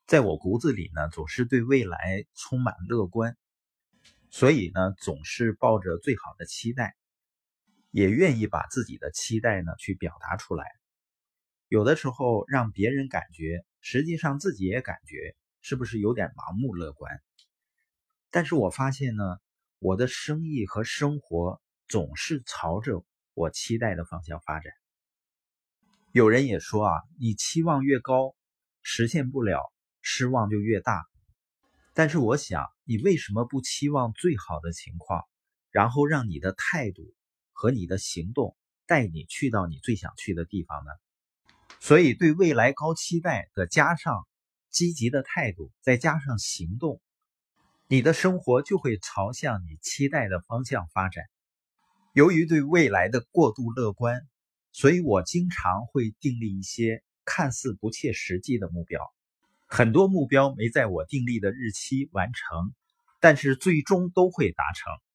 在我骨子里呢，总是对未来充满乐观，所以呢，总是抱着最好的期待，也愿意把自己的期待呢去表达出来。有的时候让别人感觉，实际上自己也感觉是不是有点盲目乐观。但是我发现呢，我的生意和生活总是朝着我期待的方向发展。有人也说你期望越高，实现不了，失望就越大。但是我想，你为什么不期望最好的情况，然后让你的态度和你的行动带你去到你最想去的地方呢？所以对未来高期待的加上积极的态度，再加上行动，你的生活就会朝向你期待的方向发展。由于对未来的过度乐观，所以我经常会订立一些看似不切实际的目标。很多目标没在我订立的日期完成，但是最终都会达成。